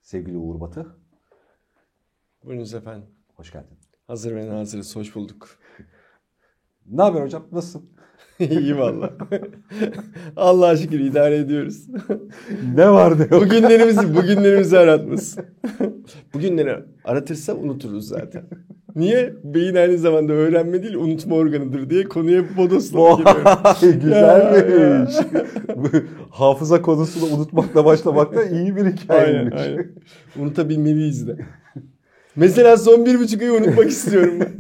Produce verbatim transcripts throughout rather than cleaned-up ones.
Sevgili Uğur Batı, Buyurunuz efendim. hoş geldin. Hazır ve nazırız. Hoş bulduk. Ne haber hocam? Nasılsın? İyi valla. Allah'a şükür idare ediyoruz. Ne vardı yok? Bugünlerimizi, bugünlerimizi aratmasın. Bugünleri aratırsa unuturuz zaten. Niye? Beyin aynı zamanda öğrenme değil unutma organıdır diye konuya bodoslama giriyorum. Güzelmiş. Hafıza konusunu unutmakla başlamakta iyi bir hikayeymiş. Aynen, aynen. Unutabilmeliyiz de. Mesela son bir buçuk ayı unutmak istiyorum ben.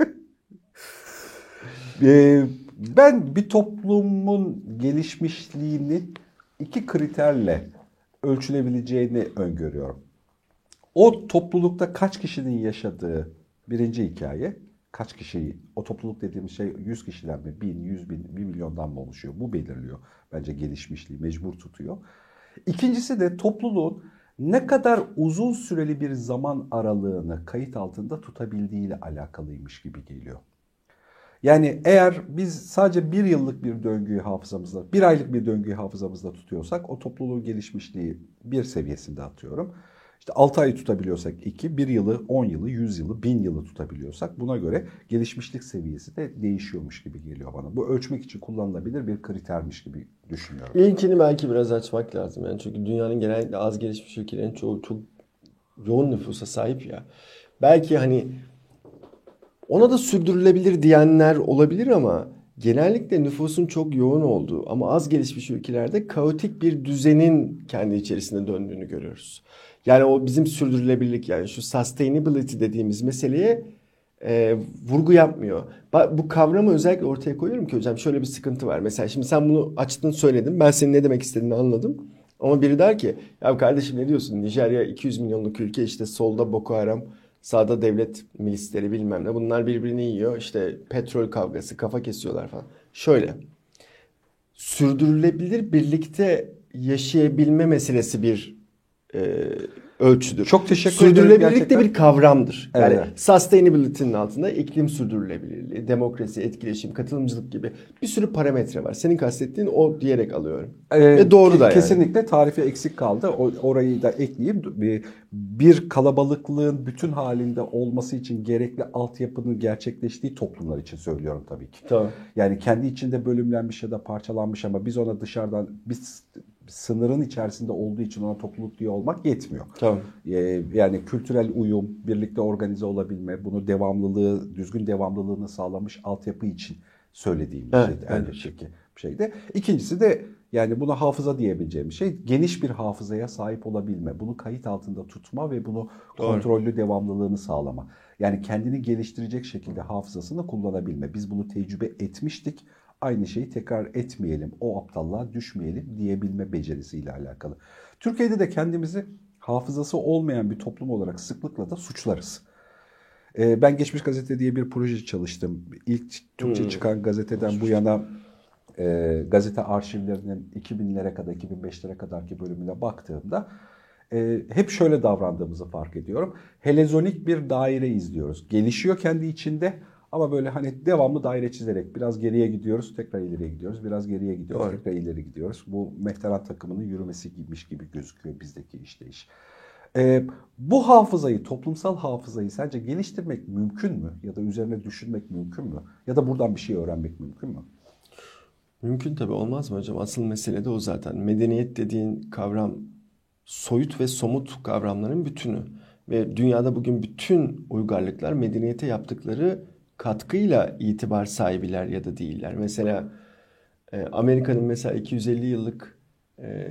Ee, ben bir toplumun gelişmişliğini iki kriterle ölçülebileceğini öngörüyorum. O toplulukta kaç kişinin yaşadığı birinci hikaye. Kaç kişiyi, o topluluk dediğimiz şey yüz kişiden mi, bin, yüz bin, bir milyondan mı oluşuyor? Bu belirliyor bence gelişmişliği, mecbur tutuyor. İkincisi de topluluğun ne kadar uzun süreli bir zaman aralığını kayıt altında tutabildiğiyle alakalıymış gibi geliyor. Yani eğer biz sadece bir yıllık bir döngüyü hafızamızda, bir aylık bir döngüyü hafızamızda tutuyorsak o topluluğun gelişmişliği bir seviyesinde atıyorum. İşte altı ayı tutabiliyorsak iki, bir yılı, on yılı, yüz yılı, bin yılı tutabiliyorsak buna göre gelişmişlik seviyesi de değişiyormuş gibi geliyor bana. Bu ölçmek için kullanılabilir bir kritermiş gibi düşünüyorum. İlkini belki biraz açmak lazım. Yani çünkü dünyanın genellikle az gelişmiş ülkelerin çoğu çok yoğun nüfusa sahip ya. Belki hani ona da sürdürülebilir diyenler olabilir ama genellikle nüfusun çok yoğun olduğu ama az gelişmiş ülkelerde kaotik bir düzenin kendi içerisinde döndüğünü görüyoruz. Yani o bizim sürdürülebilirlik yani şu sustainability dediğimiz meseleye e, vurgu yapmıyor. Bu kavramı özellikle ortaya koyuyorum ki hocam şöyle bir sıkıntı var. Mesela şimdi sen bunu açtın söyledin. Ben senin ne demek istediğini anladım. Ama biri der ki ya kardeşim ne diyorsun? Nijerya iki yüz milyonluk ülke işte solda Boko Haram, sağda devlet milisleri bilmem ne. Bunlar birbirini yiyor. İşte petrol kavgası, kafa kesiyorlar falan. Şöyle. Sürdürülebilir birlikte yaşayabilme meselesi bir e, ölçüdür. Çok teşekkür ederim Sürdürülebilirlik gerçekten. de bir kavramdır. Yani Evet. sustainability'nin altında iklim sürdürülebilirliği, demokrasi, etkileşim, katılımcılık gibi bir sürü parametre var. Senin kastettiğin o diyerek alıyorum. Ee, Ve doğru da yani. Kesinlikle tarifi eksik kaldı. O, orayı da ekleyeyim. Bir, bir kalabalıklığın bütün halinde olması için gerekli altyapının gerçekleştiği toplumlar için söylüyorum tabii ki. Tamam. Yani kendi içinde bölümlenmiş ya da parçalanmış ama biz ona dışarıdan biz sınırın içerisinde olduğu için ona topluluk diye olmak yetmiyor. Tamam. Ee, yani kültürel uyum, birlikte organize olabilme, bunu devamlılığı, düzgün devamlılığını sağlamış altyapı için söylediğim bir Evet, şeydi. evet. Elbette bir şeydi. İkincisi de yani buna hafıza diyebileceğim şey geniş bir hafızaya sahip olabilme. Bunu kayıt altında tutma ve bunu Doğru. kontrollü devamlılığını sağlama. Yani kendini geliştirecek şekilde hafızasını kullanabilme. Biz bunu tecrübe etmiştik. Aynı şeyi tekrar etmeyelim, o aptallığa düşmeyelim diyebilme becerisiyle alakalı. Türkiye'de de kendimizi hafızası olmayan bir toplum olarak sıklıkla da suçlarız. Ee, ben Geçmiş Gazete diye bir proje çalıştım. İlk Türkçe Hmm. çıkan gazeteden bu yana e, gazete arşivlerinin iki binlere kadar, iki bin beşlere kadarki bölümüne baktığımda e, hep şöyle davrandığımızı fark ediyorum. Helezonik bir daire izliyoruz. Gelişiyor kendi içinde. Ama böyle hani devamlı daire çizerek biraz geriye gidiyoruz, tekrar ileriye gidiyoruz, biraz geriye gidiyoruz, Doğru. tekrar ileri gidiyoruz. Bu Mehteran takımının yürümesi gibiymiş gibi gözüküyor bizdeki işleyiş. Ee, bu hafızayı, toplumsal hafızayı sence geliştirmek mümkün mü? Ya da üzerine düşünmek mümkün mü? Ya da buradan bir şey öğrenmek mümkün mü? Mümkün tabii, olmaz mı hocam? Asıl mesele de o zaten. Medeniyet dediğin kavram soyut ve somut kavramların bütünü. Ve dünyada bugün bütün uygarlıklar medeniyete yaptıkları katkıyla itibar sahibiler ya da değiller. Mesela e, Amerika'nın mesela iki yüz elli yıllık e,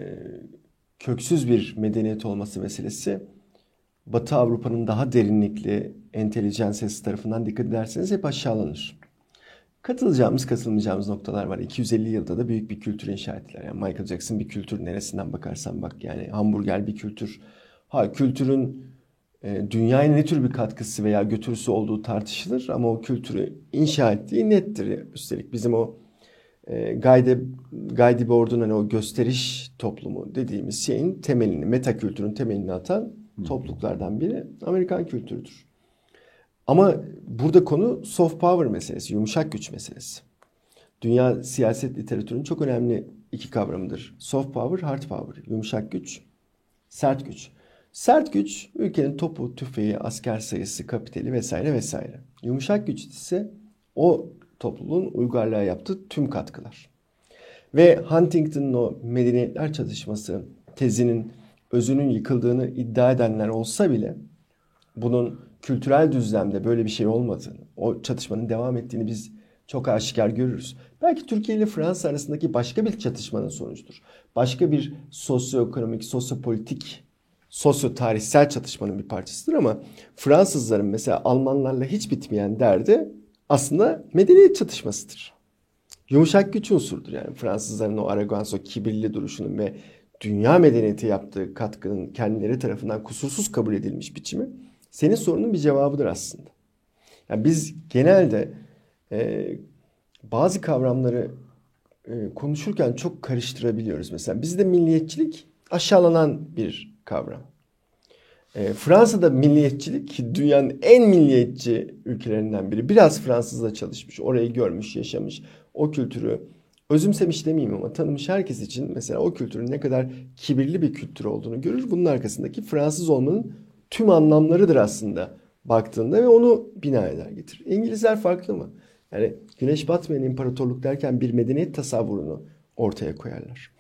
köksüz bir medeniyet olması meselesi Batı Avrupa'nın daha derinlikli entelijansiyası tarafından dikkat ederseniz hep aşağılanır. Katılacağımız, katılmayacağımız noktalar var. iki yüz elli yılda da büyük bir kültür inşa ettiler. Yani Michael Jackson bir kültür, neresinden bakarsan bak. Yani hamburger bir kültür. Ha, kültürün e, dünyaya ne tür bir katkısı veya götürüsü olduğu tartışılır ama o kültürü inşa ettiği nettir. Üstelik bizim o e, Guide, Guide Board'un hani o gösteriş toplumu dediğimiz şeyin temelini, meta kültürün temelini atan topluluklardan biri Amerikan kültürüdür. Ama burada konu soft power meselesi, yumuşak güç meselesi. Dünya siyaset literatürünün çok önemli iki kavramıdır. Soft power, hard power. Yumuşak güç, sert güç. Sert güç ülkenin topu, tüfeği, asker sayısı, kapitali vesaire vesaire. Yumuşak güç ise o topluluğun uygarlığa yaptığı tüm katkılar. Ve Huntington'un o medeniyetler çatışması tezinin özünün yıkıldığını iddia edenler olsa bile bunun kültürel düzlemde böyle bir şey olmadığını, o çatışmanın devam ettiğini biz çok aşikar görürüz. Belki Türkiye ile Fransa arasındaki başka bir çatışmanın sonucudur. Başka bir sosyoekonomik, sosyopolitik, sosyo-tarihsel çatışmanın bir parçasıdır ama Fransızların mesela Almanlarla hiç bitmeyen derdi aslında medeniyet çatışmasıdır. Yumuşak güç unsurdur yani Fransızların o arrogans, o kibirli duruşunun ve dünya medeniyeti yaptığı katkının kendileri tarafından kusursuz kabul edilmiş biçimi senin sorunun bir cevabıdır aslında. Yani biz genelde e, bazı kavramları e, konuşurken çok karıştırabiliyoruz. Mesela bizde milliyetçilik aşağılanan bir kavram. E, Fransa'da milliyetçilik dünyanın en milliyetçi ülkelerinden biri. Biraz Fransızla çalışmış, orayı görmüş, yaşamış, o kültürü özümsemiş demeyeyim ama tanımış herkes için mesela o kültürün ne kadar kibirli bir kültür olduğunu görür. Bunun arkasındaki Fransız olmanın tüm anlamlarıdır aslında baktığında ve onu bina eder getirir. İngilizler farklı mı? Yani güneş batmayan imparatorluk derken bir medeniyet tasavvurunu ortaya koyarlar.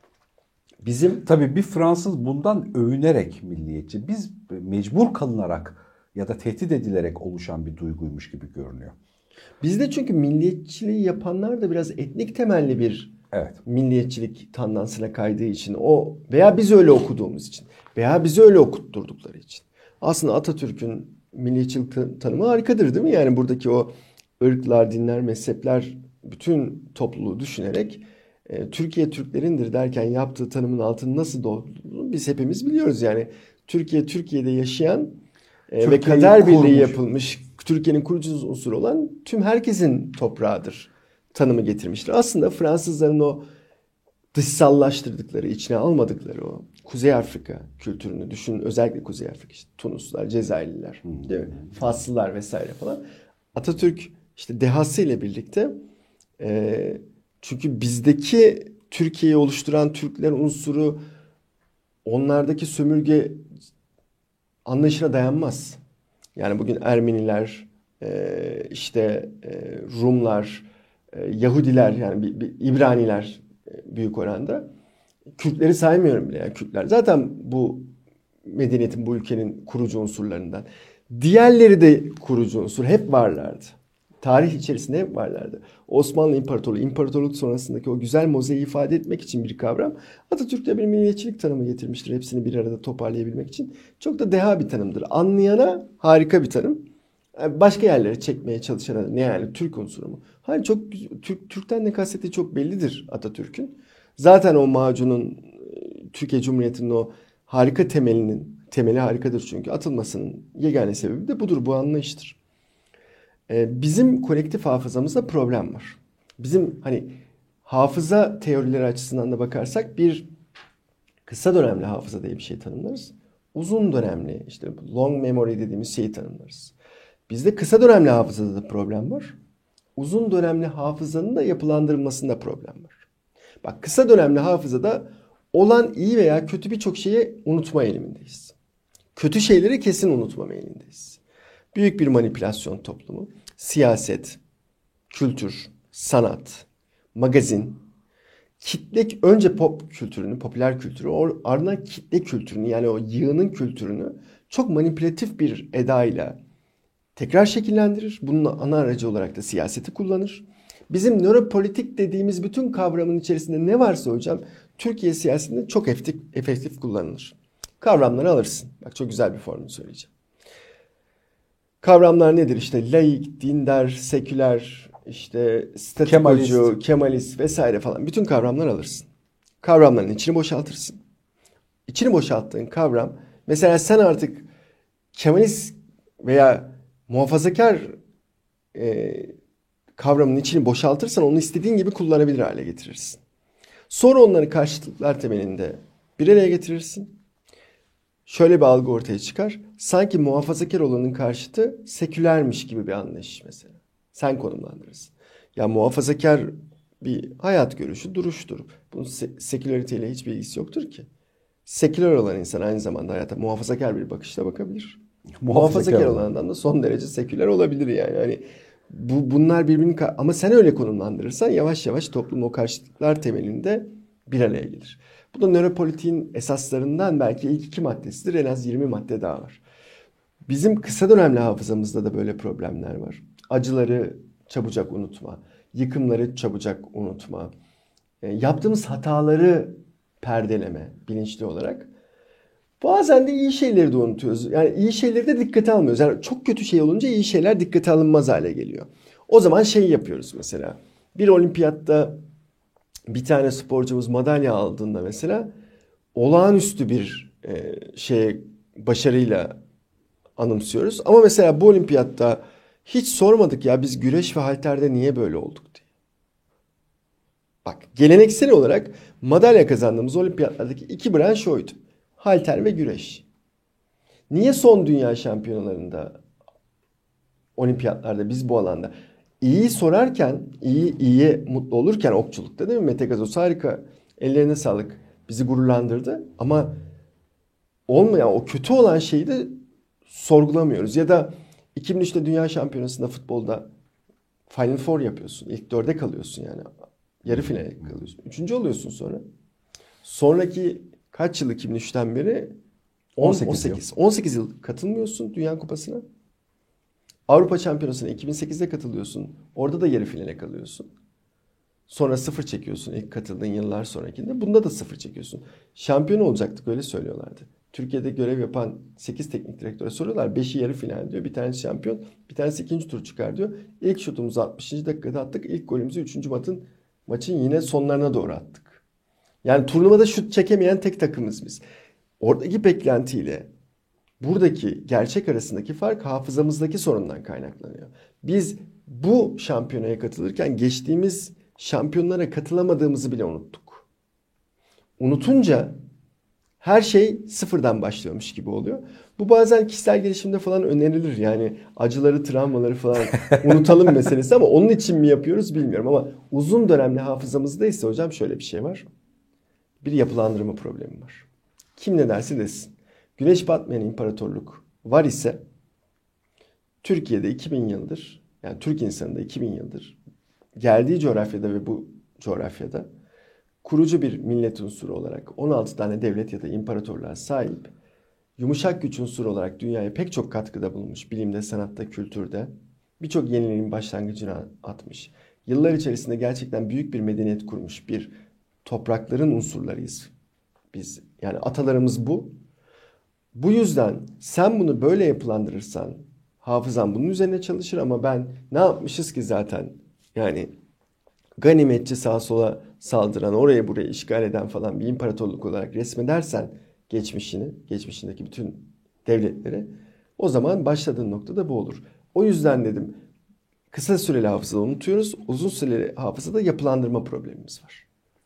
Bizim tabii bir Fransız bundan övünerek milliyetçi. Biz mecbur kalınarak ya da tehdit edilerek oluşan bir duyguymuş gibi görünüyor. Bizde çünkü milliyetçiliği yapanlar da biraz etnik temelli bir evet. milliyetçilik tandansına kaydığı için o veya biz öyle okuduğumuz için veya bizi öyle okutturdukları için. Aslında Atatürk'ün milliyetçilik tanımı harikadır değil mi? Yani buradaki o ırklar, dinler, mezhepler bütün topluluğu düşünerek e, Türkiye Türklerindir derken yaptığı tanımın altını nasıl doldurduğunu biz hepimiz biliyoruz. Yani Türkiye Türkiye'de yaşayan e, ve kader birliği yapılmış, Türkiye'nin kurucu unsuru olan tüm herkesin toprağıdır tanımı getirmiştir. Aslında Fransızların o dışsallaştırdıkları, içine almadıkları o Kuzey Afrika kültürünü düşün. Özellikle Kuzey Afrika, işte Tunuslular, Cezayirliler, değil mi? Faslılar vesaire falan. Atatürk işte dehasıyla birlikte e, çünkü bizdeki Türkiye'yi oluşturan Türkler unsuru onlardaki sömürge anlayışına dayanmaz. Yani bugün Ermeniler, e, işte e, Rumlar, e, Yahudiler yani bir, bir İbraniler e, büyük oranda. Kürtleri saymıyorum bile. Yani Kürtler zaten bu medeniyetin, bu ülkenin kurucu unsurlarından. Diğerleri de kurucu unsur. Hep varlardı. Tarih içerisinde hep varlardı. Osmanlı İmparatorluğu, imparatorluk sonrasındaki o güzel mozaiği ifade etmek için bir kavram. Atatürk de bir milliyetçilik tanımı getirmiştir. Hepsini bir arada toparlayabilmek için. Çok da deha bir tanımdır. Anlayana harika bir tanım. Başka yerlere çekmeye çalışana ne yani Türk unsuru mu? Hani çok Türk Türk'ten ne kastettiği çok bellidir Atatürk'ün. Zaten o macunun Türkiye Cumhuriyeti'nin o harika temelinin temeli harikadır çünkü atılmasının yegane sebebi de budur, bu anlayıştır. Bizim kolektif hafızamızda problem var. Bizim hani hafıza teorileri açısından da bakarsak bir kısa dönemli hafıza diye bir şey tanımlarız. Uzun dönemli işte long memory dediğimiz şeyi tanımlarız. Bizde kısa dönemli hafızada da problem var. Uzun dönemli hafızanın da yapılandırılmasında problem var. Bak kısa dönemli hafızada olan iyi veya kötü birçok şeyi unutma eğilimindeyiz. Kötü şeyleri kesin unutma eğilimindeyiz. Büyük bir manipülasyon toplumu, siyaset, kültür, sanat, magazin, kitle önce pop kültürünü, popüler kültürü, ardından kitle kültürünü yani o yığının kültürünü çok manipülatif bir edayla tekrar şekillendirir. Bunun ana aracı olarak da siyaseti kullanır. Bizim nöropolitik dediğimiz bütün kavramın içerisinde ne varsa hocam Türkiye siyasetinde çok efektif, efektif kullanılır. Kavramları alırsın. Bak çok güzel bir formül söyleyeceğim. Kavramlar nedir? İşte laik, dindar, seküler, işte statikocu, Kemalist. Kemalist vesaire falan. Bütün kavramlar alırsın. Kavramların içini boşaltırsın. İçini boşalttığın kavram mesela sen artık Kemalist veya muhafazakar e, kavramın içini boşaltırsan onu istediğin gibi kullanabilir hale getirirsin. Sonra onları karşıtlıklar temelinde bir araya getirirsin. Şöyle bir algı ortaya çıkar. Sanki muhafazakar olanın karşıtı sekülermiş gibi bir anlayış mesela. Sen konumlandırırsın. Ya muhafazakar bir hayat görüşü, duruştur. Bunun se- sekülariteyle hiçbir ilgisi yoktur ki. Seküler olan insan aynı zamanda hayata muhafazakar bir bakışla bakabilir. Muhafazakar Muhafazakar olan. olandan da son derece seküler olabilir yani. Hani bu bunlar birbirini ka- ama sen öyle konumlandırırsan yavaş yavaş toplum o karşıtlıklar temelinde bir araya gelir. Bu da nöropolitiğin esaslarından belki ilk iki maddesidir. En az yirmi madde daha var. Bizim kısa dönemli hafızamızda da böyle problemler var. Acıları çabucak unutma, yıkımları çabucak unutma, e, yaptığımız hataları perdeleme bilinçli olarak. Bazen de iyi şeyleri de unutuyoruz. Yani iyi şeyleri de dikkate almıyoruz. Yani çok kötü şey olunca iyi şeyler dikkate alınmaz hale geliyor. O zaman şey yapıyoruz mesela. Bir olimpiyatta bir tane sporcumuz madalya aldığında mesela olağanüstü bir e, şeye başarıyla anımsıyoruz. Ama mesela bu olimpiyatta hiç sormadık ya biz güreş ve halterde niye böyle olduk diye. Bak geleneksel olarak madalya kazandığımız olimpiyatlardaki iki branş oydu. Halter ve güreş. Niye son dünya şampiyonalarında, olimpiyatlarda biz bu alanda iyi sorarken, iyi iyiye mutlu olurken okçulukta değil mi? Mete Gazoz harika. Ellerine sağlık. Bizi gururlandırdı ama olmayan o kötü olan şeyi de sorgulamıyoruz. Ya da iki bin üçte Dünya Şampiyonası'nda futbolda Final Four yapıyorsun. İlk dörde kalıyorsun yani. Yarı finale kalıyorsun. Üçüncü oluyorsun sonra. Sonraki kaç yıl iki bin üçten beri? on sekiz. on sekiz yıl katılmıyorsun Dünya Kupası'na. Avrupa Şampiyonası'na iki bin sekizde katılıyorsun. Orada da yarı finale kalıyorsun. Sonra sıfır çekiyorsun ilk katıldığın yıllar sonrakinde. Bunda da sıfır çekiyorsun. Şampiyon olacaktık öyle söylüyorlardı. Türkiye'de görev yapan sekiz teknik direktöre soruyorlar. beşi yarı final diyor. Bir tanesi şampiyon. Bir tanesi ikinci tur çıkar diyor. İlk şutumuzu altmışıncı dakikada attık. İlk golümüzü üçüncü maçın, maçın yine sonlarına doğru attık. Yani turnuvada şut çekemeyen tek takımız biz. Oradaki beklentiyle buradaki gerçek arasındaki fark hafızamızdaki sorundan kaynaklanıyor. Biz bu şampiyonaya katılırken geçtiğimiz şampiyonlara katılamadığımızı bile unuttuk. Unutunca her şey sıfırdan başlıyormuş gibi oluyor. Bu bazen kişisel gelişimde falan önerilir. Yani acıları, travmaları falan unutalım meselesi ama onun için mi yapıyoruz bilmiyorum. Ama uzun dönemli hafızamızda ise hocam şöyle bir şey var. Bir yapılandırma problemi var. Kim ne derse desin. Güneş batmayan imparatorluk var ise Türkiye'de iki bin yıldır yani Türk insanında iki bin yıldır geldiği coğrafyada ve bu coğrafyada kurucu bir millet unsuru olarak on altı tane devlet ya da imparatorluğa sahip, yumuşak güç unsuru olarak dünyaya pek çok katkıda bulunmuş, bilimde, sanatta, kültürde birçok yeniliğin başlangıcını atmış. Yıllar içerisinde gerçekten büyük bir medeniyet kurmuş bir toprakların unsurlarıyız biz. Yani atalarımız bu. Bu yüzden sen bunu böyle yapılandırırsan hafızan bunun üzerine çalışır ama ben ne yapmışız ki zaten yani ganimetçi sağa sola saldıran, oraya buraya işgal eden falan bir imparatorluk olarak resmedersen geçmişini, geçmişindeki bütün devletleri o zaman başladığın noktada bu olur. O yüzden dedim kısa süreli hafızada unutuyoruz, uzun süreli hafızada yapılandırma problemimiz var.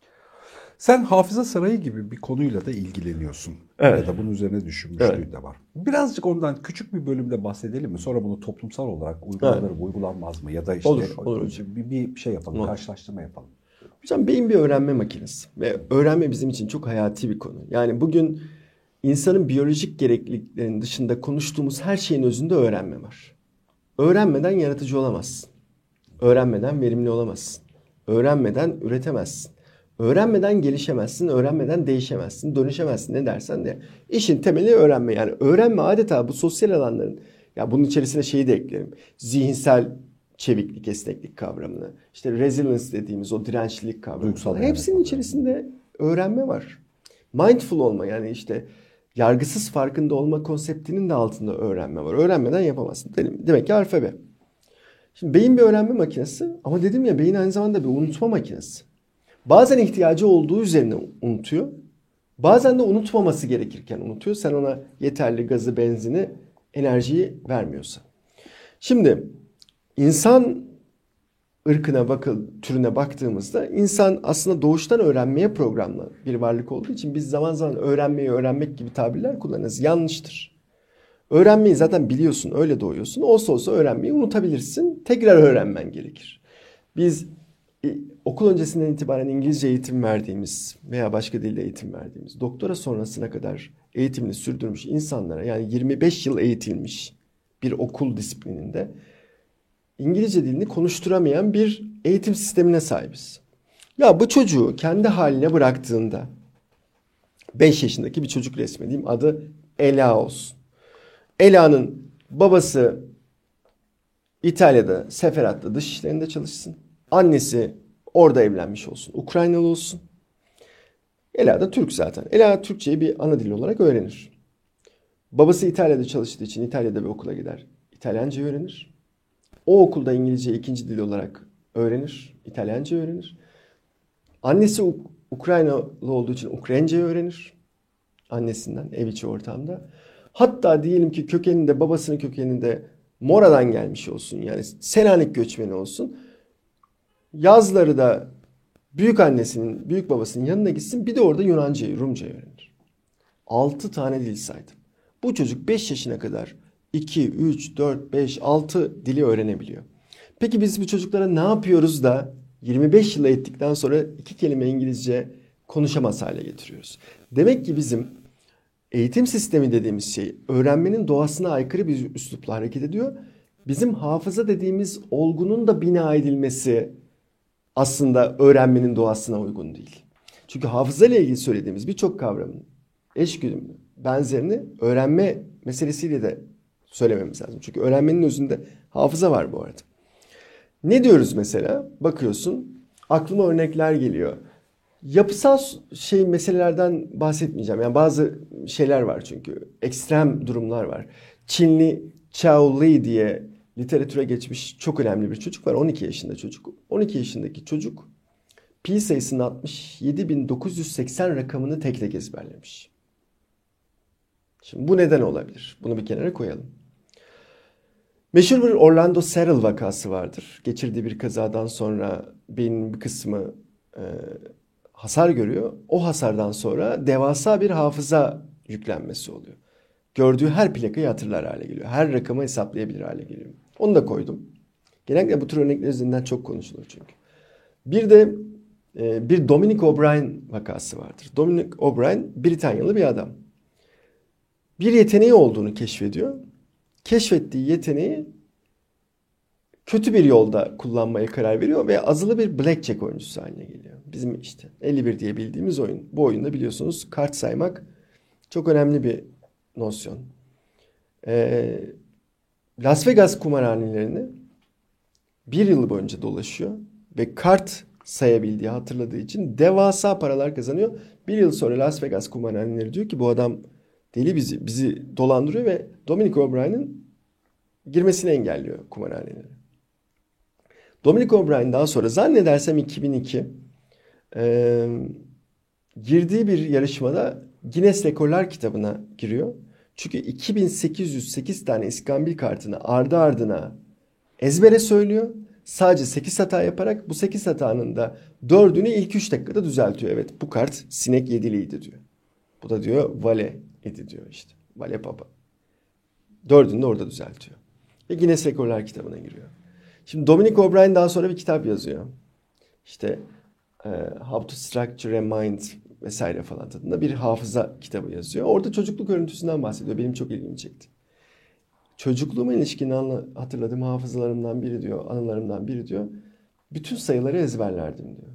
Sen hafıza sarayı gibi bir konuyla da ilgileniyorsun. Evet. Ya da bunun üzerine düşünmüşlüğün Evet. de var. Birazcık ondan küçük bir bölümde bahsedelim mi? Sonra bunu toplumsal olarak uygulanır mı, uygulanmaz mı? Ya da işte Olur, olur. bir, bir şey yapalım, Olur. karşılaştırma yapalım. Hocam beyin bir öğrenme makinesi ve öğrenme bizim için çok hayati bir konu. Yani bugün insanın biyolojik gerekliliklerinin dışında konuştuğumuz her şeyin özünde öğrenme var. Öğrenmeden yaratıcı olamazsın. Öğrenmeden verimli olamazsın. Öğrenmeden üretemezsin. Öğrenmeden gelişemezsin, öğrenmeden değişemezsin, dönüşemezsin ne dersen de. İşin temeli öğrenme. Yani öğrenme adeta bu sosyal alanların, ya bunun içerisine şeyi de eklerim. Zihinsel çeviklik, esneklik kavramını, işte resilience dediğimiz o dirençlilik kavramını. Duygusal Hepsinin dayanıklılık. içerisinde öğrenme var. Mindful olma yani işte yargısız farkında olma konseptinin de altında öğrenme var. Öğrenmeden yapamazsın. Demek ki alfabe. Şimdi beyin bir öğrenme makinesi ama dedim ya beyin aynı zamanda bir unutma makinesi. Bazen ihtiyacı olduğu üzerine unutuyor. Bazen de unutmaması gerekirken unutuyor. Sen ona yeterli gazı, benzini, enerjiyi vermiyorsan. Şimdi insan ırkına bakıl, türüne baktığımızda insan aslında doğuştan öğrenmeye programlı bir varlık olduğu için biz zaman zaman öğrenmeyi öğrenmek gibi tabirler kullanırız. Yanlıştır. Öğrenmeyi zaten biliyorsun, öyle doğuyorsun. Olsa olsa öğrenmeyi unutabilirsin. Tekrar öğrenmen gerekir. Biz okul öncesinden itibaren İngilizce eğitim verdiğimiz veya başka dilde eğitim verdiğimiz, doktora sonrasına kadar eğitimini sürdürmüş insanlara, yani yirmi beş yıl eğitilmiş bir okul disiplininde İngilizce dilini konuşturamayan bir eğitim sistemine sahibiz. Ya bu çocuğu kendi haline bıraktığında, beş yaşındaki bir çocuk resmedeyim, adı Ela olsun. Ela'nın babası İtalya'da Seferat'ta dış işlerinde çalışsın. Annesi orada evlenmiş olsun, Ukraynalı olsun. Ela da Türk zaten. Ela Türkçeyi bir ana dil olarak öğrenir. Babası İtalya'da çalıştığı için İtalya'da bir okula gider, İtalyanca öğrenir. O okulda İngilizce ikinci dil olarak öğrenir, İtalyanca öğrenir. Annesi Uk- Ukraynalı olduğu için Ukraynaca öğrenir. Annesinden, ev içi ortamda. Hatta diyelim ki kökeninde, babasının kökeninde Mora'dan gelmiş olsun. Yani Selanik göçmeni olsun. Yazları da büyük annesinin, büyük babasının yanına gitsin. Bir de orada Yunancayı, Rumcayı öğrenir. altı tane dil saydım. Bu çocuk beş yaşına kadar iki, üç, dört, beş, altı dili öğrenebiliyor. Peki biz bu çocuklara ne yapıyoruz da yirmi beş yıl eğittikten sonra iki kelime İngilizce konuşamaz hale getiriyoruz? Demek ki bizim eğitim sistemi dediğimiz şey öğrenmenin doğasına aykırı bir üslupla hareket ediyor. Bizim hafıza dediğimiz olgunun da bina edilmesi aslında öğrenmenin doğasına uygun değil. Çünkü hafıza ile ilgili söylediğimiz birçok kavramın eşgüdümlü benzerini öğrenme meselesiyle de söylememiz lazım. Çünkü öğrenmenin özünde hafıza var bu arada. Ne diyoruz mesela? Bakıyorsun aklıma örnekler geliyor. Yapısal şey meselelerden bahsetmeyeceğim. Yani bazı şeyler var çünkü. Ekstrem durumlar var. Çinli Chao Li diye literatüre geçmiş çok önemli bir çocuk var. on iki yaşında çocuk. on iki yaşındaki çocuk pi sayısının altmış yedi bin dokuz yüz seksen rakamını tek tek ezberlemiş. Şimdi bu neden olabilir? Bunu bir kenara koyalım. Meşhur bir Orlando Searle vakası vardır. Geçirdiği bir kazadan sonra beynin bir kısmı e, hasar görüyor. O hasardan sonra devasa bir hafıza yüklenmesi oluyor. Gördüğü her plakayı hatırlar hale geliyor. Her rakamı hesaplayabilir hale geliyor. Onu da koydum. Genellikle bu tür örnekler üzerinden çok konuşulur çünkü. Bir de e, bir Dominic O'Brien vakası vardır. Dominic O'Brien Britanyalı bir adam. Bir yeteneği olduğunu keşfediyor. Keşfettiği yeteneği kötü bir yolda kullanmaya karar veriyor ve azılı bir blackjack oyuncusu haline geliyor. Bizim işte elli bir diye bildiğimiz oyun. Bu oyunda biliyorsunuz kart saymak çok önemli bir nosyon. Ee, Las Vegas kumarhanelerini bir yıl boyunca dolaşıyor ve kart sayabildiği, hatırladığı için devasa paralar kazanıyor. Bir yıl sonra Las Vegas kumarhaneleri diyor ki bu adam deli, bizi bizi dolandırıyor ve Dominic O'Brien'in girmesini engelliyor kumarhanelere. Dominic O'Brien daha sonra zannedersem iki bin iki e, girdiği bir yarışmada Guinness Rekorlar kitabına giriyor. Çünkü iki bin sekiz yüz sekiz tane iskambil kartını ardı ardına ezbere söylüyor. Sadece sekiz hata yaparak bu sekiz hatanın da dördünü ilk üç dakikada düzeltiyor. Evet, bu kart sinek yediliydi diyor. Bu da diyor vale idi diyor işte. Vale papa. Dördünü de orada düzeltiyor. Ve Guinness Rekorlar kitabına giriyor. Şimdi Dominic O'Brien daha sonra bir kitap yazıyor. İşte e, How to Structure a Mind vesaire falan tadında bir hafıza kitabı yazıyor. Orada çocukluk örüntüsünden bahsediyor. Benim çok ilgimi çekti. Çocukluğuma ilişkin hatırladığım hafızalarımdan biri diyor, anılarımdan biri diyor. Bütün sayıları ezberlerdim diyor.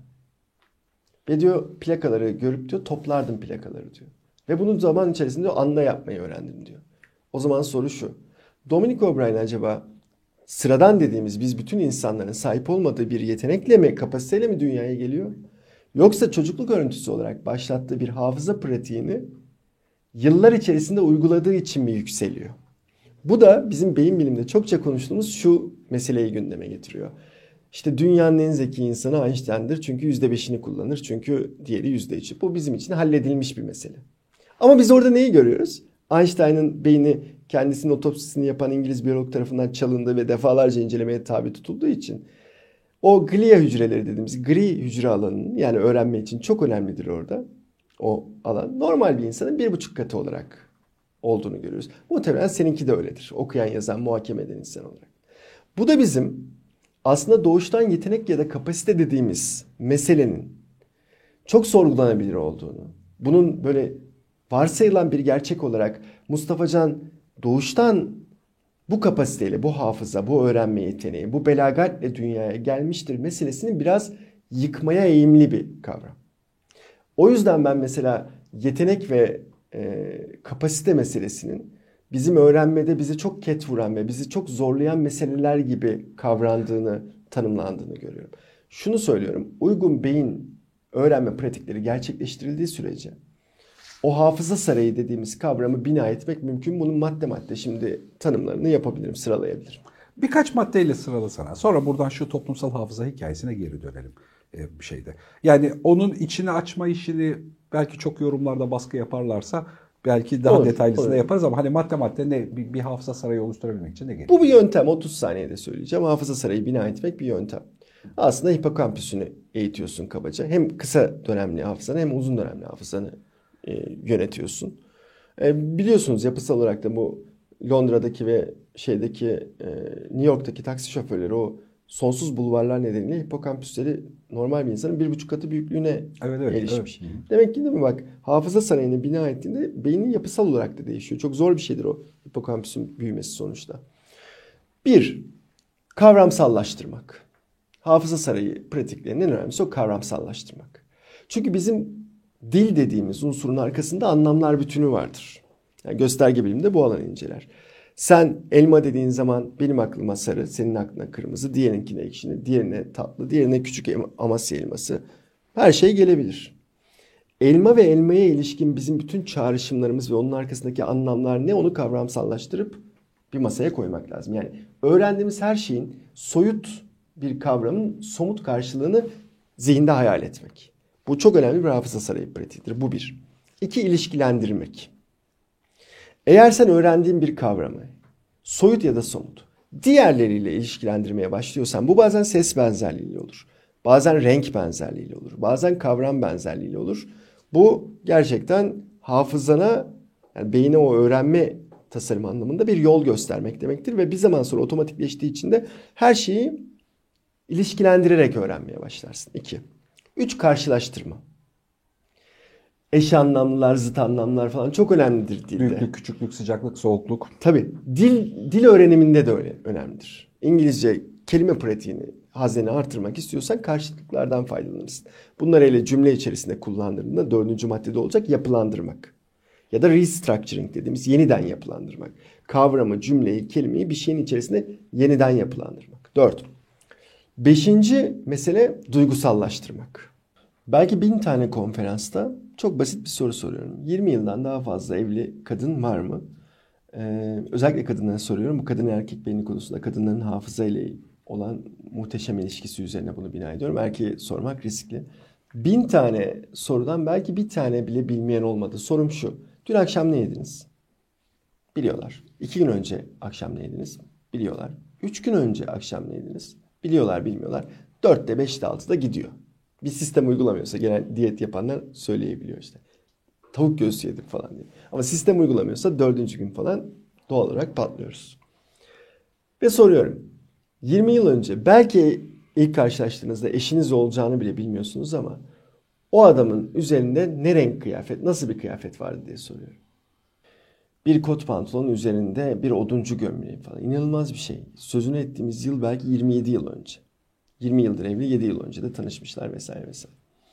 Ve diyor plakaları görüp diyor toplardım plakaları diyor. Ve bunu zaman içerisinde anda yapmayı öğrendim diyor. O zaman soru şu. Dominic O'Brien acaba sıradan dediğimiz biz bütün insanların sahip olmadığı bir yetenekle mi, kapasiteyle mi dünyaya geliyor? Yoksa çocukluk örüntüsü olarak başlattığı bir hafıza pratiğini yıllar içerisinde uyguladığı için mi yükseliyor? Bu da bizim beyin biliminde çokça konuştuğumuz şu meseleyi gündeme getiriyor. İşte dünyanın en zeki insanı Einstein'dır çünkü yüzde beşini kullanır, çünkü diğeri yüzde üçü. Bu bizim için halledilmiş bir mesele. Ama biz orada neyi görüyoruz? Einstein'ın beyni kendisinin otopsisini yapan İngiliz biyolog tarafından çalındı ve defalarca incelemeye tabi tutulduğu için o glia hücreleri dediğimiz gri hücre alanının, yani öğrenme için çok önemlidir orada o alan, normal bir insanın bir buçuk katı olarak olduğunu görüyoruz. Muhtemelen seninki de öyledir. Okuyan, yazan, muhakeme eden insan olarak. Bu da bizim aslında doğuştan yetenek ya da kapasite dediğimiz meselenin çok sorgulanabilir olduğunu, bunun böyle varsayılan bir gerçek olarak Mustafa Can doğuştan bu kapasiteyle, bu hafıza, bu öğrenme yeteneği, bu belagatle dünyaya gelmiştir meselesini biraz yıkmaya eğimli bir kavram. O yüzden ben mesela yetenek ve e, kapasite meselesinin bizim öğrenmede bizi çok ket vuran ve bizi çok zorlayan meseleler gibi kavrandığını, tanımlandığını görüyorum. Şunu söylüyorum, uygun beyin öğrenme pratikleri gerçekleştirildiği sürece o hafıza sarayı dediğimiz kavramı bina etmek mümkün. Bunun madde madde şimdi tanımlarını yapabilirim, sıralayabilirim. Birkaç maddeyle sıralasana. Sonra buradan şu toplumsal hafıza hikayesine geri dönelim bir şeyde. Yani onun içini açma işini belki çok yorumlarda baskı yaparlarsa belki daha olur, detaylısını olur. yaparız ama hani madde madde ne bir, bir hafıza sarayı oluşturabilmek için ne gerekiyor? Bu bir yöntem. otuz saniyede söyleyeceğim. Hafıza sarayı bina etmek bir yöntem. Aslında hipokampüsünü eğitiyorsun kabaca. Hem kısa dönemli hafızanı hem uzun dönemli hafızanı e, yönetiyorsun. E, biliyorsunuz yapısal olarak da bu Londra'daki ve şeydeki e, New York'taki taksi şoförleri o sonsuz bulvarlar nedeniyle hipokampüsleri normal bir insanın bir buçuk katı büyüklüğüne evet, evet, erişmiş. Evet. Demek ki değil mi bak hafıza sarayını bina ettiğinde beynin yapısal olarak da değişiyor. Çok zor bir şeydir o hipokampüsün büyümesi sonuçta. Bir, kavramsallaştırmak. Hafıza sarayı pratiklerinin en önemlisi o kavramsallaştırmak. Çünkü bizim dil dediğimiz unsurun arkasında anlamlar bütünü vardır. Yani gösterge bilimde bu alanı inceler. Sen elma dediğin zaman benim aklıma sarı, senin aklına kırmızı, diğerinkine ekşili, diğerine tatlı, diğerine küçük Amasya elması. Her şey gelebilir. Elma ve elmaya ilişkin bizim bütün çağrışımlarımız ve onun arkasındaki anlamlar ne onu kavramsallaştırıp bir masaya koymak lazım. Yani öğrendiğimiz her şeyin soyut bir kavramın somut karşılığını zihinde hayal etmek. Bu çok önemli bir hafıza sarayı pratiğidir. Bu bir. İki, ilişkilendirmek. Eğer sen öğrendiğin bir kavramı soyut ya da somut diğerleriyle ilişkilendirmeye başlıyorsan bu bazen ses benzerliğiyle olur. Bazen renk benzerliğiyle olur. Bazen kavram benzerliğiyle olur. Bu gerçekten hafızana yani beyine o öğrenme tasarım anlamında bir yol göstermek demektir. Ve bir zaman sonra otomatikleştiği için de her şeyi ilişkilendirerek öğrenmeye başlarsın. İki. Üç, karşılaştırma. Eş anlamlılar, zıt anlamlar falan çok önemlidir dilde. Büyüklük, küçüklük, sıcaklık, soğukluk. Tabii. Dil, dil öğreniminde de öyle önemlidir. İngilizce kelime pratiğini, hazneni artırmak istiyorsan karşılıklardan faydalanırsın. Bunları hele cümle içerisinde kullandığında dördüncü maddede olacak yapılandırmak. Ya da restructuring dediğimiz yeniden yapılandırmak. Kavramı, cümleyi, kelimeyi bir şeyin içerisinde yeniden yapılandırmak. Dört. Beşinci mesele duygusallaştırmak. Belki bin tane konferansta çok basit bir soru soruyorum. yirmi yıldan daha fazla evli kadın var mı? Ee, özellikle kadınlara soruyorum. Bu kadın erkek beyni konusunda kadınların hafızayla olan muhteşem ilişkisi üzerine bunu bina ediyorum. Erkeğe sormak riskli. Bin tane sorudan belki bir tane bile bilmeyen olmadı. Sorum şu. Dün akşam ne yediniz? Biliyorlar. İki gün önce akşam ne yediniz? Biliyorlar. Üç gün önce akşam ne yediniz? Biliyorlar, bilmiyorlar. Dörtte, beşte, altıda gidiyor. Bir sistem uygulamıyorsa genel diyet yapanlar söyleyebiliyor işte. Tavuk göğsü yedim falan diye. Ama sistem uygulamıyorsa dördüncü gün falan doğal olarak patlıyoruz. Ve soruyorum. yirmi yıl önce belki ilk karşılaştığınızda eşiniz olacağını bile bilmiyorsunuz ama o adamın üzerinde ne renk kıyafet, nasıl bir kıyafet vardı diye soruyorum. Bir kot pantolonun üzerinde bir oduncu gömleği falan. İnanılmaz bir şey. Sözünü ettiğimiz yıl belki yirmi yedi yıl önce. yirmi yıldır evli, yedi yıl önce de tanışmışlar vesaire vesaire.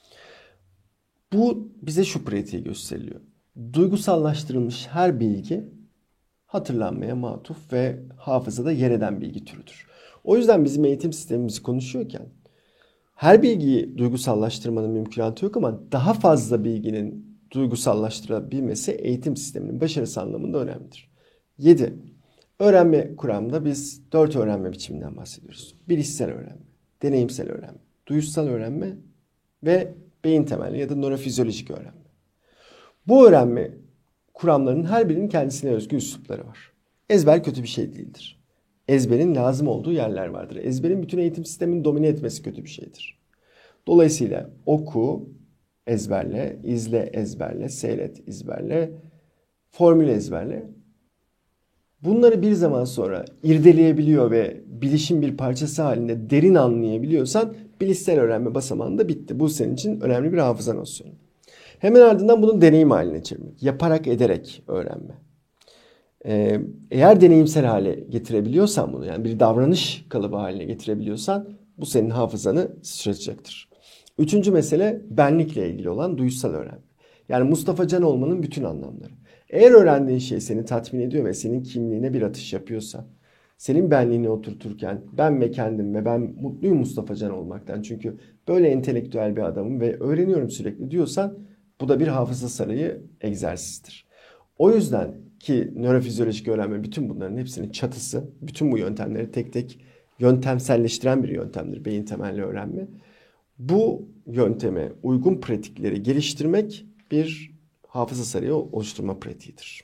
Bu bize şu pratiği gösteriyor. Duygusallaştırılmış her bilgi hatırlanmaya matuf ve hafızada yer eden bilgi türüdür. O yüzden bizim eğitim sistemimizi konuşuyorken her bilgiyi duygusallaştırmanın mümkünatı yok ama daha fazla bilginin duygusallaştırabilmesi eğitim sisteminin başarısı anlamında önemlidir. yedi. Öğrenme kuramında biz dört öğrenme biçiminden bahsediyoruz. Bilişsel öğrenme, deneyimsel öğrenme, duyuşsal öğrenme ve beyin temelli ya da nörofizyolojik öğrenme. Bu öğrenme kuramlarının her birinin kendisine özgü üslupları var. Ezber kötü bir şey değildir. Ezberin lazım olduğu yerler vardır. Ezberin bütün eğitim sistemini domine etmesi kötü bir şeydir. Dolayısıyla oku, ezberle, izle, ezberle, seyret, ezberle, formül ezberle. Bunları bir zaman sonra irdeleyebiliyor ve bilişim bir parçası halinde derin anlayabiliyorsan bilişsel öğrenme basamağında bitti. Bu senin için önemli bir hafıza nosyonu. Hemen ardından bunu deneyim haline çevirmek. Yaparak ederek öğrenme. Ee, eğer deneyimsel hale getirebiliyorsan bunu, yani bir davranış kalıbı haline getirebiliyorsan bu senin hafızanı sıçratacaktır. Üçüncü mesele benlikle ilgili olan duyusal öğrenme. Yani Mustafa Can olmanın bütün anlamları. Eğer öğrendiğin şey seni tatmin ediyor ve senin kimliğine bir atış yapıyorsa, senin benliğini oturturken ben ve kendim ve ben mutluyum Mustafa Can olmaktan çünkü böyle entelektüel bir adamım ve öğreniyorum sürekli diyorsan bu da bir hafıza sarayı egzersizdir. O yüzden ki nörofizyolojik öğrenme bütün bunların hepsinin çatısı, bütün bu yöntemleri tek tek yöntemselleştiren bir yöntemdir beyin temelli öğrenme. Bu yönteme uygun pratikleri geliştirmek bir hafıza sarayı oluşturma pratiğidir.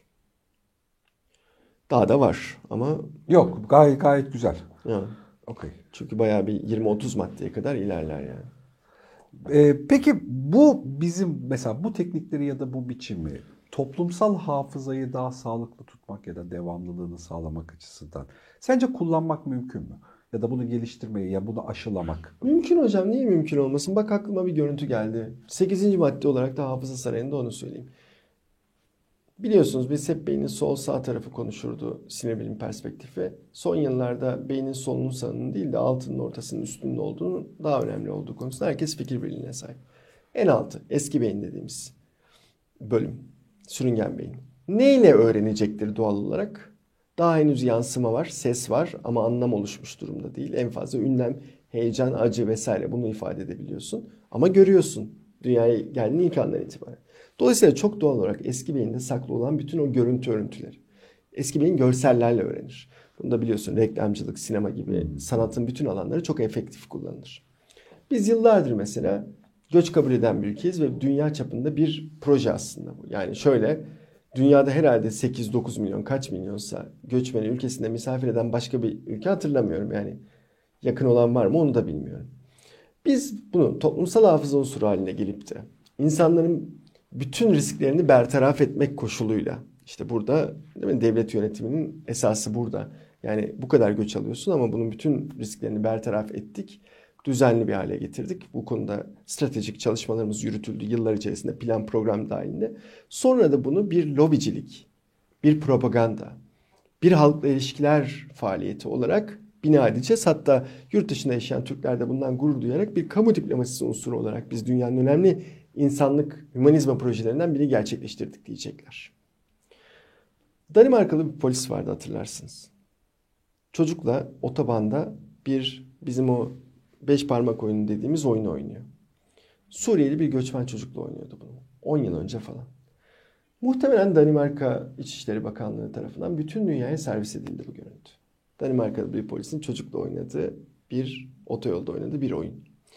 Daha da var ama Yok, gayet gayet güzel. ya, Okey. çünkü bayağı bir yirmi otuz maddeye kadar ilerler yani. Ee, peki bu bizim mesela bu teknikleri ya da bu biçimi toplumsal hafızayı daha sağlıklı tutmak ya da devamlılığını sağlamak açısından sence kullanmak mümkün mü? Ya da bunu geliştirmeyi ya bunu aşılamak. Mümkün hocam, niye mümkün olmasın? Bak aklıma bir görüntü geldi. sekizinci madde olarak da hafıza sarayında onu söyleyeyim. Biliyorsunuz biz hep beynin sol sağ tarafı konuşurdu sinir bilim perspektifi. Son yıllarda beynin solunun sağının değil de altının ortasının üstünün olduğunu daha önemli olduğu konusunda herkes fikir birliğine sahip. En altı eski beyin dediğimiz bölüm, sürüngen beyin. Neyle öğrenecektir doğal olarak? Daha henüz yansıma var, ses var ama anlam oluşmuş durumda değil. En fazla ünlem, heyecan, acı vesaire bunu ifade edebiliyorsun. Ama görüyorsun dünyaya geldiğin ilk andan itibaren. Dolayısıyla çok doğal olarak eski beyinde saklı olan bütün o görüntü örüntüleri. Eski beyin görsellerle öğrenir. Bunu da biliyorsun, reklamcılık, sinema gibi sanatın bütün alanları çok efektif kullanılır. Biz yıllardır mesela göç kabul eden bir ülkeyiz ve dünya çapında bir proje aslında bu. Yani şöyle, dünyada herhalde sekiz dokuz milyon kaç milyonsa göçmeni ülkesinde misafir eden başka bir ülke hatırlamıyorum. Yani yakın olan var mı onu da bilmiyorum. Biz bunu toplumsal hafıza unsuru haline gelip de insanların bütün risklerini bertaraf etmek koşuluyla, işte burada değil mi, devlet yönetiminin esası burada. Yani bu kadar göç alıyorsun ama bunun bütün risklerini bertaraf ettik. Düzenli bir hale getirdik. Bu konuda stratejik çalışmalarımız yürütüldü yıllar içerisinde plan program dahilinde. Sonra da bunu bir lobicilik, bir propaganda, bir halkla ilişkiler faaliyeti olarak bina edeceğiz. Hatta yurt dışında yaşayan Türkler de bundan gurur duyarak bir kamu diplomasisi unsuru olarak biz dünyanın önemli insanlık, hümanizma projelerinden biri gerçekleştirdik diyecekler. Danimarkalı bir polis vardı hatırlarsınız. Çocukla otobanda bir bizim o beş parmak oyunu dediğimiz oyunu oynuyor. Suriyeli bir göçmen çocukla oynuyordu bunu. on yıl önce falan. Muhtemelen Danimarka İçişleri Bakanlığı tarafından bütün dünyaya servis edildi bu görüntü. Danimarkalı bir polisin çocukla oynadığı bir otoyolda oynadığı bir oyun.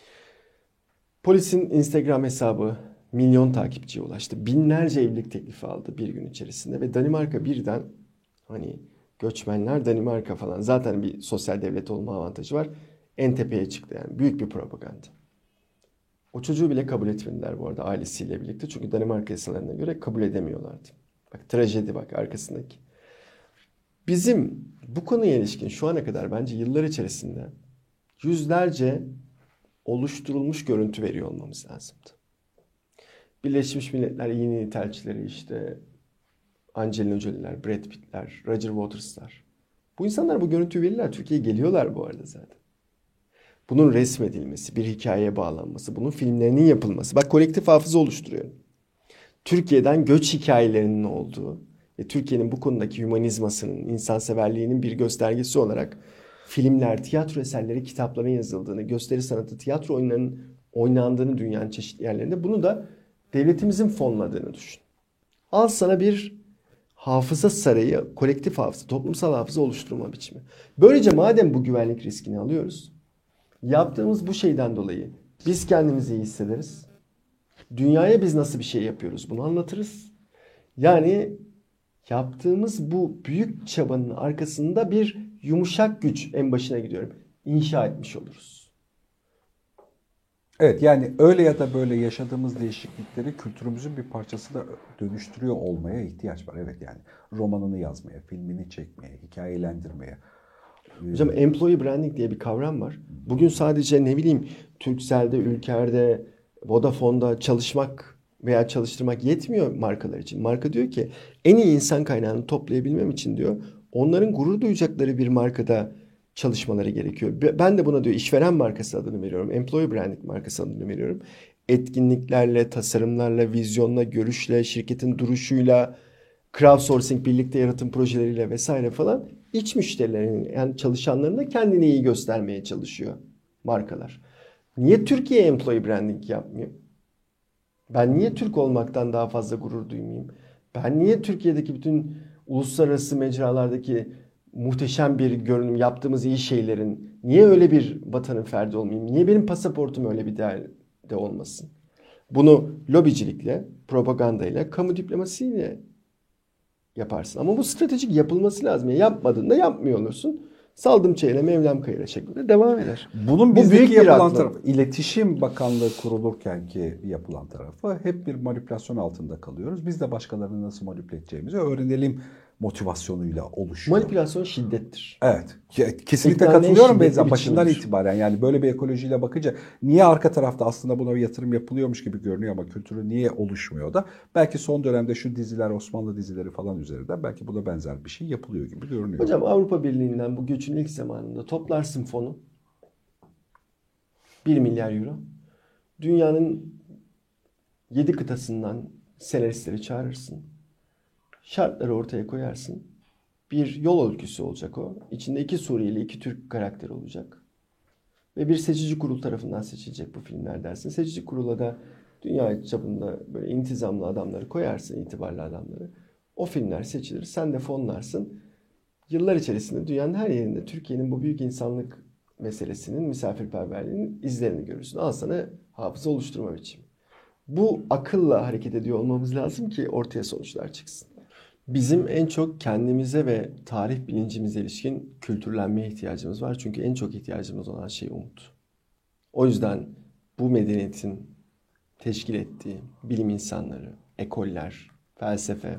Polisin Instagram hesabı milyon takipçiye ulaştı. Binlerce evlilik teklifi aldı bir gün içerisinde ve Danimarka birden hani göçmenler Danimarka falan zaten bir sosyal devlet olma avantajı var. En tepeye çıktı yani büyük bir propaganda. O çocuğu bile kabul etmediler bu arada ailesiyle birlikte. Çünkü Danimarka yasalarına göre kabul edemiyorlardı. Bak trajedi bak arkasındaki. Bizim bu konuya ilişkin şu ana kadar bence yıllar içerisinde yüzlerce oluşturulmuş görüntü veriyor olmamız lazımdı. Birleşmiş Milletler iyi niyet elçileri işte Angelina Jolie'ler, Brad Pitt'ler, Roger Waters'lar. Bu insanlar bu görüntüyü verirler. Türkiye'ye geliyorlar bu arada zaten. Bunun resmedilmesi, bir hikayeye bağlanması, bunun filmlerinin yapılması. Bak kolektif hafıza oluşturuyor. Türkiye'den göç hikayelerinin olduğu ve Türkiye'nin bu konudaki hümanizmasının, insanseverliğinin bir göstergesi olarak filmler, tiyatro eserleri, kitapların yazıldığını, gösteri sanatı, tiyatro oyunlarının oynandığını dünyanın çeşitli yerlerinde. Bunu da devletimizin fonladığını düşün. Al sana bir hafıza sarayı, kolektif hafıza, toplumsal hafıza oluşturma biçimi. Böylece madem bu güvenlik riskini alıyoruz, yaptığımız bu şeyden dolayı biz kendimizi iyi hissederiz. Dünyaya biz nasıl bir şey yapıyoruz bunu anlatırız. Yani yaptığımız bu büyük çabanın arkasında bir yumuşak güç, en başına gidiyorum, inşa etmiş oluruz. Evet, yani öyle ya da böyle yaşadığımız değişiklikleri kültürümüzün bir parçasına dönüştürüyor olmaya ihtiyaç var. Evet, yani romanını yazmaya, filmini çekmeye, hikayelendirmeye. Hocam employee branding diye bir kavram var. Bugün sadece ne bileyim Turkcell'de, Ülker'de, Vodafone'da çalışmak veya çalıştırmak yetmiyor markalar için. Marka diyor ki en iyi insan kaynağını toplayabilmem için diyor onların gurur duyacakları bir markada çalışmaları gerekiyor. Ben de buna diyor işveren markası adını veriyorum. Employee branding markası adını veriyorum. Etkinliklerle, tasarımlarla, vizyonla, görüşle, şirketin duruşuyla, crowdsourcing, birlikte yaratım projeleriyle vesaire falan iç müşterilerin yani çalışanların da kendini iyi göstermeye çalışıyor markalar. Niye Türkiye employee branding yapmıyor? Ben niye Türk olmaktan daha fazla gurur duymayayım? Ben niye Türkiye'deki bütün uluslararası mecralardaki muhteşem bir görünüm yaptığımız iyi şeylerin niye öyle bir vatanın ferdi olmayayım? Niye benim pasaportum öyle bir değerde olmasın? Bunu lobicilikle, propagandayla, kamu diplomasiyle yaparsın. Ama bu stratejik yapılması lazım. Yani yapmadığında yapmıyor olursun. Saldım çeyre, Mevlam kayıra şeklinde devam eder. Bunun Bu bizdeki büyük bir yapılan atlam. tarafı, İletişim Bakanlığı kurulurken ki yapılan tarafı hep bir manipülasyon altında kalıyoruz. Biz de başkalarını nasıl manipüle edeceğimizi öğrenelim motivasyonuyla oluşuyor. Manipülasyon şiddettir. Evet, kesinlikle İkna ne katılıyorum şiddetli Beyza başından biçimidir. itibaren. Yani böyle bir ekolojiyle bakınca niye arka tarafta aslında buna bir yatırım yapılıyormuş gibi görünüyor ama kültürü niye oluşmuyor da belki son dönemde şu diziler, Osmanlı dizileri falan üzerinden belki buna benzer bir şey yapılıyor gibi görünüyor. Hocam Avrupa Birliği'nden bu göçün ilk zamanında toplarsın fonu. bir milyar euro. Dünyanın yedi kıtasından senaristleri çağırırsın. Şartları ortaya koyarsın. Bir yol öyküsü olacak o. İçinde iki Suriyeli, iki Türk karakteri olacak. Ve bir seçici kurul tarafından seçilecek bu filmler dersin. Seçici kurula da dünya çapında böyle intizamlı adamları koyarsın, itibarlı adamları. O filmler seçilir. Sen de fonlarsın. Yıllar içerisinde dünyanın her yerinde Türkiye'nin bu büyük insanlık meselesinin, misafirperverliğinin izlerini görürsün. Al sana hafıza oluşturma biçimi. Bu akılla hareket ediyor olmamız lazım ki ortaya sonuçlar çıksın. Bizim en çok kendimize ve tarih bilincimize ilişkin kültürlenmeye ihtiyacımız var. Çünkü en çok ihtiyacımız olan şey umut. O yüzden bu medeniyetin teşkil ettiği bilim insanları, ekoller, felsefe,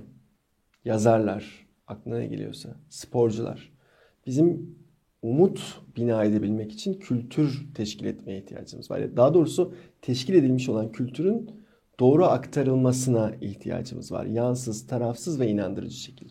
yazarlar, aklına ne geliyorsa, sporcular. Bizim umut bina edebilmek için kültür teşkil etmeye ihtiyacımız var. Daha doğrusu teşkil edilmiş olan kültürün doğru aktarılmasına ihtiyacımız var. Yansız, tarafsız ve inandırıcı şekilde.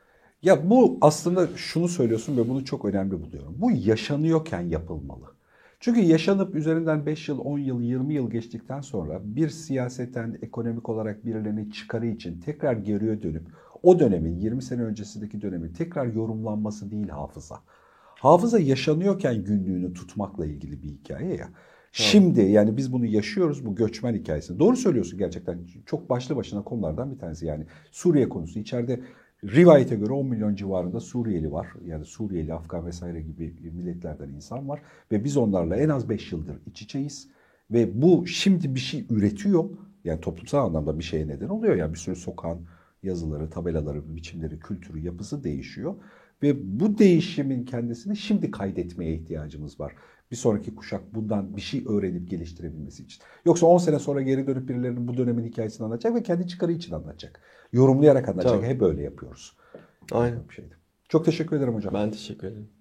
Ya bu aslında şunu söylüyorsun ve bunu çok önemli buluyorum. Bu yaşanıyorken yapılmalı. Çünkü yaşanıp üzerinden beş yıl, on yıl, yirmi yıl geçtikten sonra bir siyaseten, ekonomik olarak birilerinin çıkarı için tekrar geriye dönüp o dönemin, yirmi sene öncesindeki dönemin tekrar yorumlanması değil hafıza. Hafıza yaşanıyorken günlüğünü tutmakla ilgili bir hikaye ya. Şimdi yani biz bunu yaşıyoruz, bu göçmen hikayesini. Doğru söylüyorsun gerçekten. Çok başlı başına konulardan bir tanesi yani. Suriye konusu. İçeride rivayete göre on milyon civarında Suriyeli var. Yani Suriyeli, Afgan vesaire gibi milletlerden insan var. Ve biz onlarla en az beş yıldır iç içeyiz. Ve bu şimdi bir şey üretiyor. Yani toplumsal anlamda bir şeye neden oluyor. Yani bir sürü sokağın yazıları, tabelaları, biçimleri, kültürü, yapısı değişiyor. Ve bu değişimin kendisini şimdi kaydetmeye ihtiyacımız var. Bir sonraki kuşak bundan bir şey öğrenip geliştirebilmesi için. Yoksa on sene sonra geri dönüp birilerinin bu dönemin hikayesini anlatacak ve kendi çıkarı için anlatacak. Yorumlayarak anlatacak. Tabii. Hep öyle yapıyoruz. Aynen. Bir şeydi. Çok teşekkür ederim hocam. Ben teşekkür ederim.